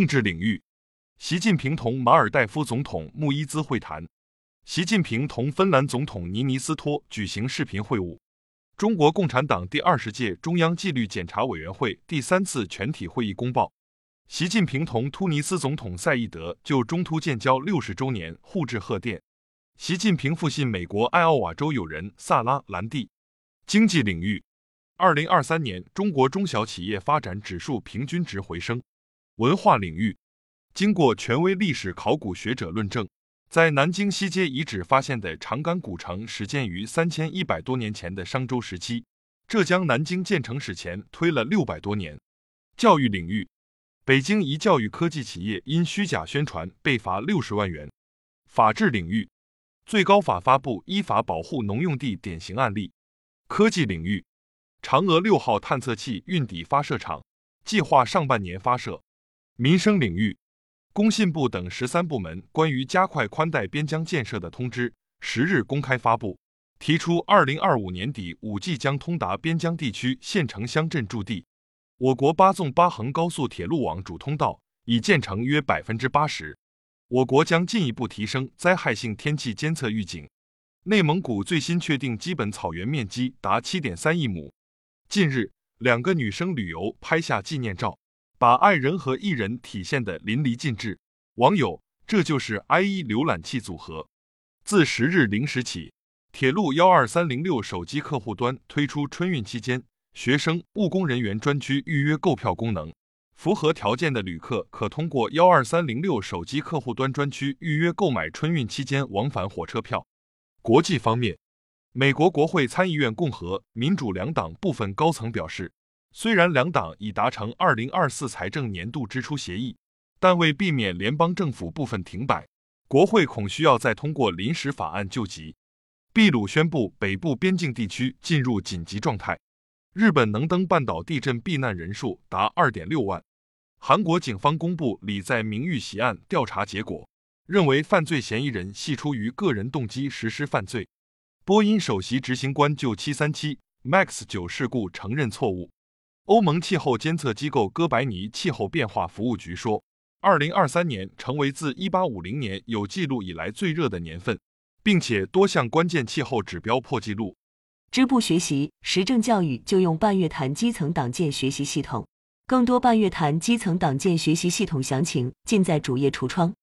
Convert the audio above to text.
政治领域，习近平同马尔代夫总统穆伊兹会谈。习近平同芬兰总统尼尼斯托举行视频会晤。中国共产党第20届中央纪律检查委员会第3次全体会议公报。习近平同突尼斯总统赛义德就中突建交60周年互致贺电。习近平复信美国艾奥瓦州友人萨拉·兰蒂。经济领域，2023年中国中小企业发展指数平均值回升。文化领域，经过权威历史考古学者论证，在南京西街遗址发现的长干古城始建于3100多年前的商周时期，这将南京建成史前推了600多年。教育领域，北京一教育科技企业因虚假宣传被罚60万元。法治领域，最高法发布依法保护农用地典型案例。科技领域，嫦娥6号探测器运抵发射场，计划上半年发射。民生领域，工信部等13部门关于加快宽带边疆建设的通知10日公开发布，提出2025年底 5G 将通达边疆地区县城乡镇驻地。我国8纵8横高速铁路网主通道已建成约 80%。我国将进一步提升灾害性天气监测预警。内蒙古最新确定基本草原面积达 7.3亿亩。近日，2个女生旅游拍下纪念照，把爱人和艺人体现得淋漓尽致。网友，这就是 IE 浏览器组合。自10日0时起，铁路12306手机客户端推出春运期间学生、务工人员专区预约购票功能。符合条件的旅客可通过12306手机客户端专区预约购买春运期间往返火车票。国际方面，美国国会参议院共和、民主两党部分高层表示，虽然两党已达成2024财政年度支出协议，但为避免联邦政府部分停摆，国会恐需要再通过临时法案救急。秘鲁宣布北部边境地区进入紧急状态。日本能登半岛地震避难人数达 2.6 万。韩国警方公布李在名誉袭案调查结果，认为犯罪嫌疑人系出于个人动机实施犯罪。波音首席执行官就737 MAX 9事故承认错误。欧盟气候监测机构哥白尼气候变化服务局说，2023年成为自1850年有记录以来最热的年份，并且多项关键气候指标破纪录。 支部学习时政教育就用半月谈基层党建学习系统，更多半月谈基层党建学习系统详情尽在主页橱窗。